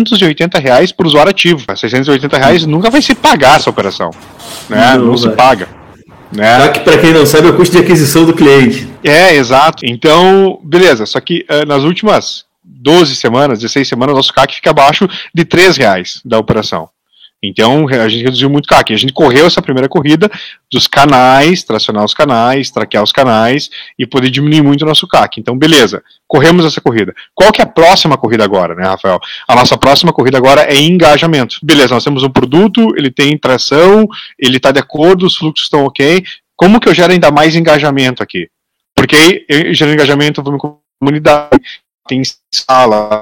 R$680 por usuário ativo. R$680 nunca vai se pagar essa operação. Né? Não se paga. Né? CAC, para quem não sabe, é o custo de aquisição do cliente. Exato. Então, beleza. Só que nas últimas 12 semanas, 16 semanas, nosso CAC fica abaixo de R$3 da operação. Então, a gente reduziu muito o CAC. A gente correu essa primeira corrida dos canais, tracionar os canais, traquear os canais e poder diminuir muito o nosso CAC. Então, beleza, corremos essa corrida. Qual que é a próxima corrida agora, né, Rafael? A nossa próxima corrida agora é engajamento. Beleza, nós temos um produto, ele tem tração, ele está de acordo, os fluxos estão ok. Como que eu gero ainda mais engajamento aqui? Porque aí eu gero engajamento para uma comunidade, tem escala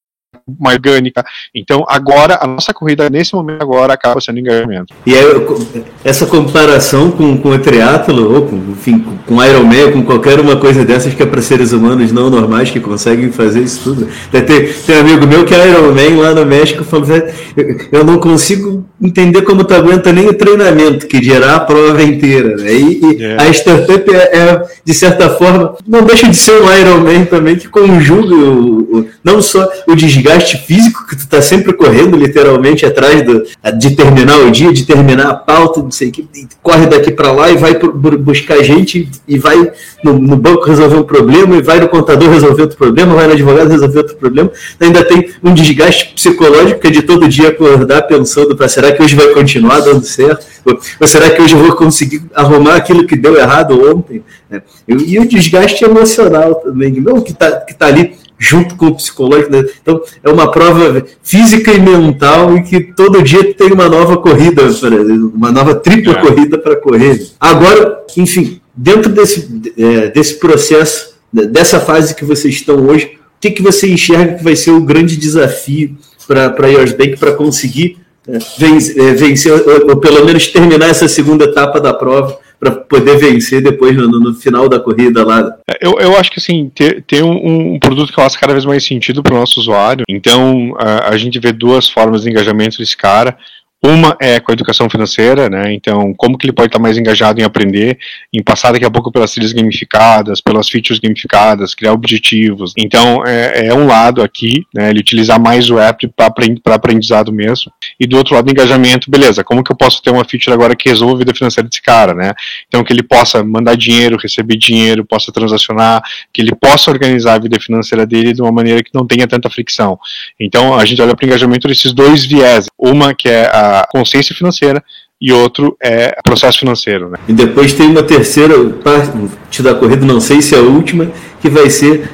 mais orgânica. Então, agora, a nossa corrida, nesse momento agora, acaba sendo engajamento. E aí, essa comparação com o triatlo, ou com Ironman, com qualquer uma coisa dessas que é para seres humanos não normais que conseguem fazer isso tudo. Tem um amigo meu que é Ironman lá no México, falou, eu não consigo entender como tu aguenta nem o treinamento, que dirá a prova inteira. Né? A startup de certa forma, não deixa de ser um Ironman também, que conjuga não só o desgaste físico, que tu tá sempre correndo literalmente atrás de terminar o dia, de terminar a pauta, não sei o que, corre daqui para lá e vai buscar gente e vai no banco resolver um problema, e vai no contador resolver outro problema, vai no advogado resolver outro problema, ainda tem um desgaste psicológico que é de todo dia acordar pensando, será que hoje vai continuar dando certo? Ou será que hoje eu vou conseguir arrumar aquilo que deu errado ontem? E o desgaste emocional também, que tá ali junto com o psicológico, né? Então é uma prova física e mental e que todo dia tem uma nova corrida, uma nova tripla corrida para correr. Agora, enfim, dentro desse processo, dessa fase que vocês estão hoje, o que você enxerga que vai ser o grande desafio para a Yours Bank para conseguir vencer, ou pelo menos terminar essa segunda etapa da prova, para poder vencer depois no final da corrida lá? Eu acho que assim, ter um produto que faça cada vez mais sentido para o nosso usuário. Então, a gente vê duas formas de engajamento desse cara. Uma é com a educação financeira, né? Então, como que ele pode estar mais engajado em aprender, em passar daqui a pouco pelas trilhas gamificadas, pelas features gamificadas, criar objetivos. Então, é um lado aqui, né? Ele utilizar mais o app para aprendizado mesmo. E do outro lado, engajamento, beleza, como que eu posso ter uma feature agora que resolva a vida financeira desse cara, né? Então, que ele possa mandar dinheiro, receber dinheiro, possa transacionar, que ele possa organizar a vida financeira dele de uma maneira que não tenha tanta fricção. Então, a gente olha para o engajamento desses dois viés. Uma que é a consciência financeira e outro é processo financeiro, né? E depois tem uma terceira parte da corrida, não sei se é a última, que vai ser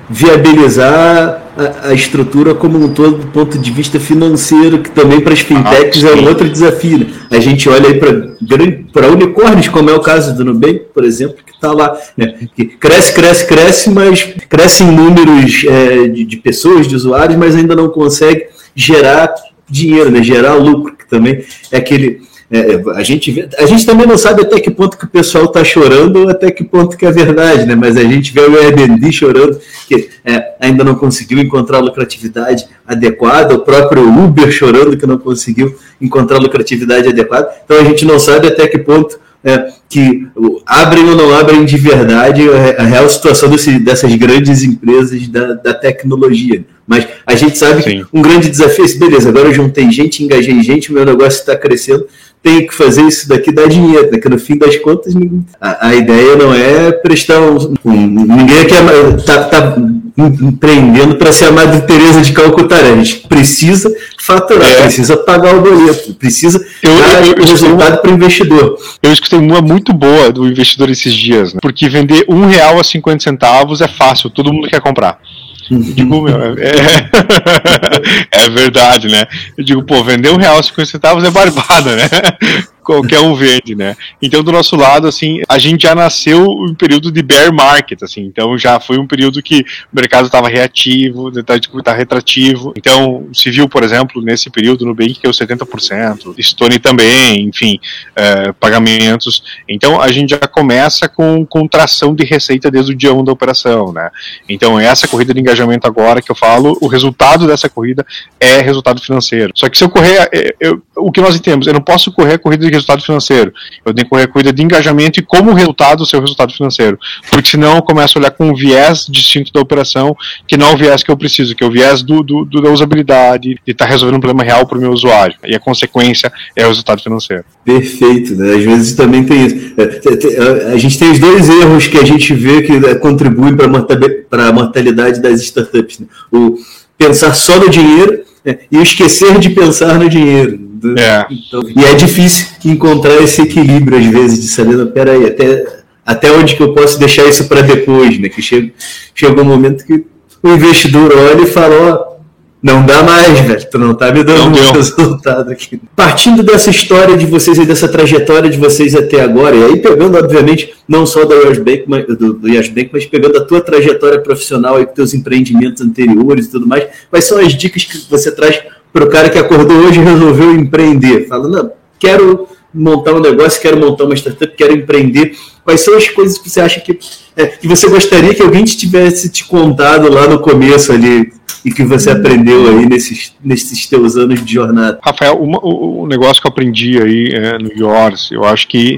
viabilizar a estrutura como um todo do ponto de vista financeiro, que também para as fintechs é um outro desafio. Né? A gente olha aí para unicórnios, como é o caso do Nubank, por exemplo, que está lá, né? Que cresce, mas cresce em números de pessoas, de usuários, mas ainda não consegue gerar dinheiro, né? Gerar lucro, que também é aquele A gente também não sabe até que ponto que o pessoal está chorando ou até que ponto que é verdade, né? Mas a gente vê o Airbnb chorando que ainda não conseguiu encontrar lucratividade adequada, o próprio Uber chorando que não conseguiu encontrar lucratividade adequada. Então a gente não sabe até que ponto que abrem ou não abrem de verdade a real situação dessas grandes empresas da tecnologia. Mas a gente sabe que um grande desafio é esse, beleza, agora eu juntei gente, engajei gente, o meu negócio está crescendo, tenho que fazer isso daqui dar dinheiro, né? Que no fim das contas a ideia não é prestar ninguém aqui tá empreendendo para ser a Madre Teresa de Calcutá, né? A gente precisa faturar, precisa pagar o boleto, precisa dar o resultado para o investidor. Eu escutei uma muito boa do investidor esses dias, né? Porque vender R$1 a 50 centavos é fácil, todo mundo quer comprar. Eu digo, é verdade, né? Eu digo, vender R$1 a 50 centavos é barbada, né? Qualquer um vende, né? Então, do nosso lado, assim, a gente já nasceu em período de bear market, assim, então já foi um período que o mercado estava reativo, está retrativo. Então, se viu, por exemplo, nesse período, no Nubank que é o 70%, Stone também, enfim, pagamentos. Então, a gente já começa com contração de receita desde o dia 1 da operação, né? Então, essa corrida de engajamento agora que eu falo, o resultado dessa corrida é resultado financeiro. Só que se eu correr, o que nós entendemos, eu não posso correr a corrida de resultado financeiro, eu tenho que correr a corrida de engajamento e como resultado o seu resultado financeiro, porque senão eu começo a olhar com um viés distinto da operação, que não é o viés que eu preciso, que é o viés da usabilidade, de estar resolvendo um problema real para o meu usuário, e a consequência é o resultado financeiro. Perfeito, né? Às vezes também tem isso. A gente tem os dois erros que a gente vê que contribuem para a mortalidade das startups, né? O pensar só no dinheiro, né? E o esquecer de pensar no dinheiro. Então, e é difícil encontrar esse equilíbrio às vezes de saber, não, peraí, até onde que eu posso deixar isso para depois, né? Que chega um momento que o investidor olha e fala, não dá mais, velho, tu não tá me dando um resultado aqui. Partindo dessa história de vocês e dessa trajetória de vocês até agora, e aí pegando, obviamente, não só do Yes Bank, mas pegando a tua trajetória profissional e com teus empreendimentos anteriores e tudo mais, quais são as dicas que você traz para o cara que acordou hoje e resolveu empreender? Fala, não, quero montar um negócio, quero montar uma startup, quero empreender. Quais são as coisas que você acha que você gostaria que alguém tivesse te contado lá no começo ali e que você aprendeu aí nesses teus anos de jornada? Rafael, o negócio que eu aprendi aí no Yours, eu acho que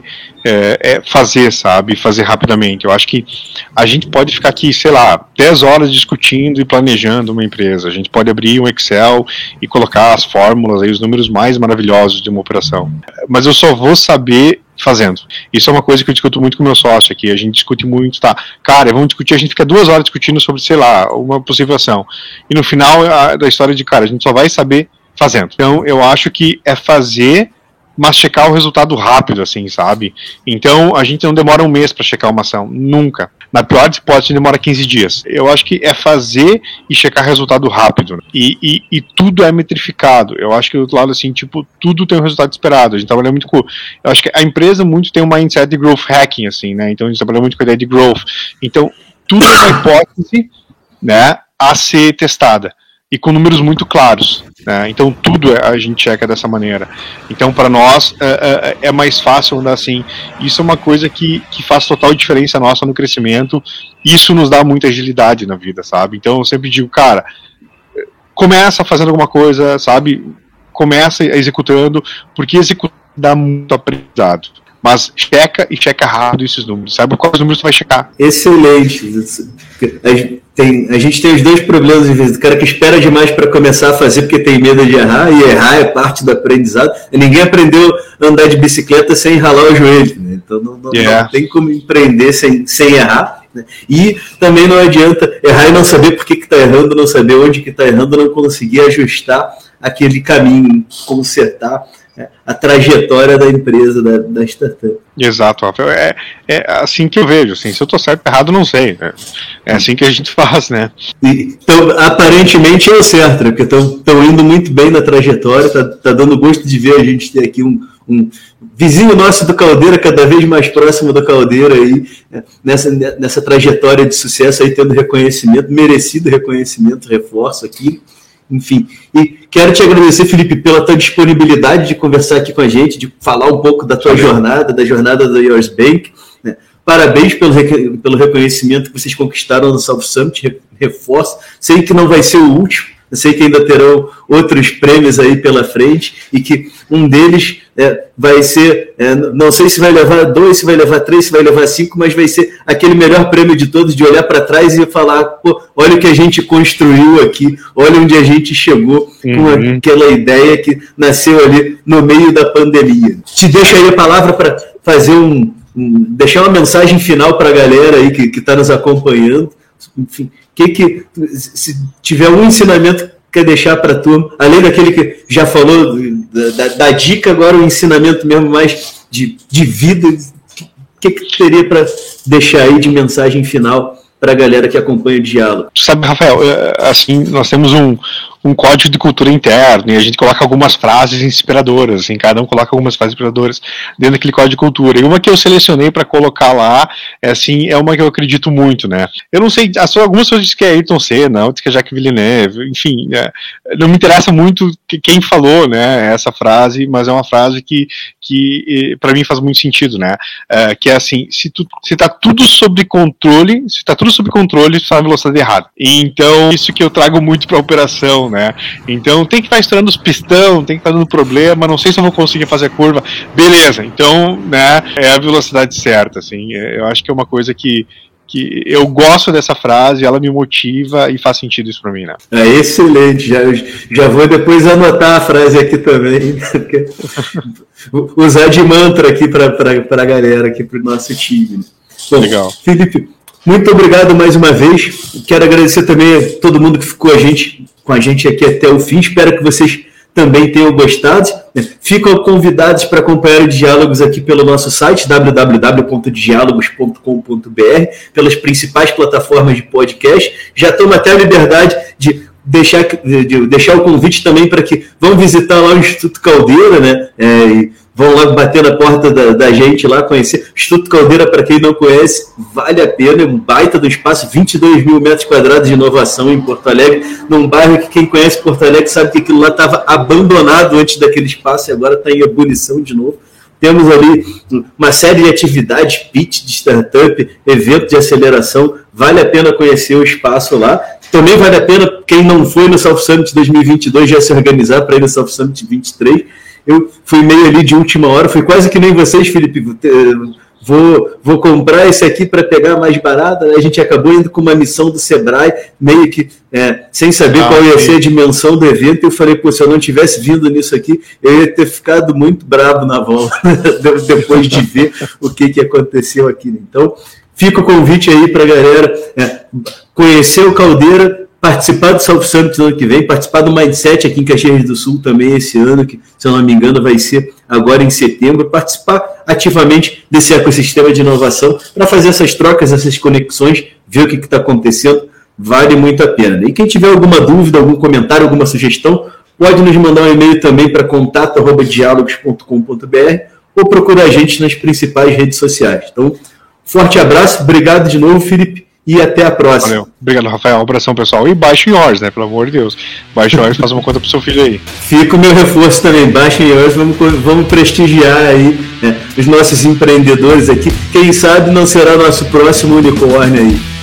é fazer, sabe? Fazer rapidamente. Eu acho que a gente pode ficar aqui, sei lá, 10 horas discutindo e planejando uma empresa. A gente pode abrir um Excel e colocar as fórmulas aí, os números mais maravilhosos de uma operação. Mas eu só vou saber fazendo. Isso é uma coisa que eu discuto muito com o meu sócio aqui. A gente discute muito, cara, vamos discutir, a gente fica 2 horas discutindo sobre, sei lá, uma possível ação. E no final da história de, cara, a gente só vai saber fazendo. Então, eu acho que é fazer, mas checar o resultado rápido, assim, sabe? Então, a gente não demora um mês para checar uma ação. Nunca. Na pior das hipóteses, demora 15 dias. Eu acho que é fazer e checar resultado rápido. E tudo é metrificado. Eu acho que do outro lado, assim, tipo, tudo tem um resultado esperado. A gente trabalha muito com... Eu acho que a empresa muito tem um mindset de growth hacking, assim, né? Então, a gente trabalha muito com a ideia de growth. Então, tudo é uma hipótese, né, a ser testada. E com números muito claros, né? Então tudo a gente checa dessa maneira. Então para nós é mais fácil andar assim. Isso é uma coisa que faz total diferença nossa no crescimento. Isso nos dá muita agilidade na vida, sabe? Então eu sempre digo, cara, começa fazendo alguma coisa, sabe? Começa executando, porque executar dá muito aprendizado. Mas checa e checa rápido esses números. Sabe quais números você vai checar? Excelente. A gente tem os dois problemas, às vezes. O cara que espera demais para começar a fazer porque tem medo de errar, e errar é parte do aprendizado. Ninguém aprendeu a andar de bicicleta sem ralar o joelho, né? Então não tem como empreender sem errar. Né? E também não adianta errar e não saber por que está errando, não saber onde que está errando, não conseguir ajustar aquele caminho, consertar a trajetória da empresa, da startup. Exato, Rafael. É assim que eu vejo, assim, se eu estou certo ou errado, não sei, né? É assim que a gente faz, né? Então, aparentemente é o certo, né? Porque estão indo muito bem na trajetória, tá dando gosto de ver a gente ter aqui um vizinho nosso do Caldeira, cada vez mais próximo do Caldeira aí, nessa trajetória de sucesso aí, tendo reconhecimento, merecido reconhecimento, reforço aqui. enfim. E quero te agradecer, Felipe, pela tua disponibilidade de conversar aqui com a gente, de falar um pouco da tua jornada, da jornada da Yours Bank, né? Parabéns pelo reconhecimento que vocês conquistaram no South Summit, reforço. Sei que não vai ser o último, eu sei que ainda terão outros prêmios aí pela frente e que um deles vai ser, não sei se vai levar 2, se vai levar 3, se vai levar 5, mas vai ser aquele melhor prêmio de todos, de olhar para trás e falar, pô, olha o que a gente construiu aqui, olha onde a gente chegou com aquela ideia que nasceu ali no meio da pandemia. Te deixo aí a palavra para fazer deixar uma mensagem final para a galera aí que está nos acompanhando. Enfim, se tiver um ensinamento que quer deixar para a turma, além daquele que já falou da dica, agora o ensinamento mesmo mais de vida, o que teria para deixar aí de mensagem final para a galera que acompanha o diálogo? Sabe, Rafael, assim, nós temos um código de cultura interno e a gente coloca algumas frases inspiradoras, assim, cada um coloca algumas frases inspiradoras dentro daquele código de cultura. E uma que eu selecionei para colocar lá, é uma que eu acredito muito, né? Eu não sei, algumas pessoas dizem que é Ayrton Senna, outras que é Jacques Villeneuve, enfim, não me interessa muito quem falou, né, essa frase, mas é uma frase que para mim faz muito sentido, né? Que é assim, se tá tudo sob controle, está na velocidade errada. Então, isso que eu trago muito para a operação, né? Então, tem que estar estourando os pistão, tem que estar dando problema, não sei se eu vou conseguir fazer a curva. Beleza, então, né, é a velocidade certa, assim. Eu acho que é uma coisa que eu gosto dessa frase, ela me motiva e faz sentido isso para mim, né? É excelente, já vou depois anotar a frase aqui também, usar de mantra aqui para a galera, aqui para o nosso time. Bom, legal. Felipe, muito obrigado mais uma vez. Quero agradecer também a todo mundo que ficou com a gente aqui até o fim. Espero que vocês também tenham gostado. Ficam convidados para acompanhar os diálogos aqui pelo nosso site, www.dialogos.com.br, pelas principais plataformas de podcast. Já tomo até a liberdade de deixar o convite também para que vão visitar lá o Instituto Caldeira, né? E vão lá bater na porta da gente lá, conhecer. O Instituto Caldeira, para quem não conhece, vale a pena, é um baita do espaço, 22 mil metros quadrados de inovação em Porto Alegre, num bairro que quem conhece Porto Alegre sabe que aquilo lá estava abandonado antes daquele espaço e agora está em ebulição de novo. Temos ali uma série de atividades, pitch de startup, evento de aceleração, vale a pena conhecer o espaço lá. Também vale a pena, quem não foi no South Summit 2022, já se organizar para ir no South Summit 23. Eu fui meio ali de última hora, fui quase que nem vocês, Felipe, vou comprar esse aqui para pegar mais barato, né? A gente acabou indo com uma missão do Sebrae, meio que sem saber qual ia ser a dimensão do evento, eu falei, pô, se eu não tivesse vindo nisso aqui, eu ia ter ficado muito bravo na volta, depois de ver o que aconteceu aqui. Então, fica o convite aí para a galera conhecer o Caldeira, participar do South Summit no ano que vem, participar do Mindset aqui em Caxias do Sul também esse ano, que, se eu não me engano, vai ser agora em setembro, participar ativamente desse ecossistema de inovação para fazer essas trocas, essas conexões, ver o que está acontecendo, vale muito a pena. E quem tiver alguma dúvida, algum comentário, alguma sugestão, pode nos mandar um e-mail também para contato@dialogos.com.br ou procurar a gente nas principais redes sociais. Então, forte abraço, obrigado de novo, Felipe. E até a próxima. Valeu. Obrigado, Rafael. Um abração, pessoal. E baixe Yours, né? Pelo amor de Deus. Baixe Yours e faça uma conta pro seu filho aí. Fica o meu reforço também. Baixem Yours, vamos prestigiar aí os nossos empreendedores aqui. Quem sabe não será nosso próximo unicórnio aí.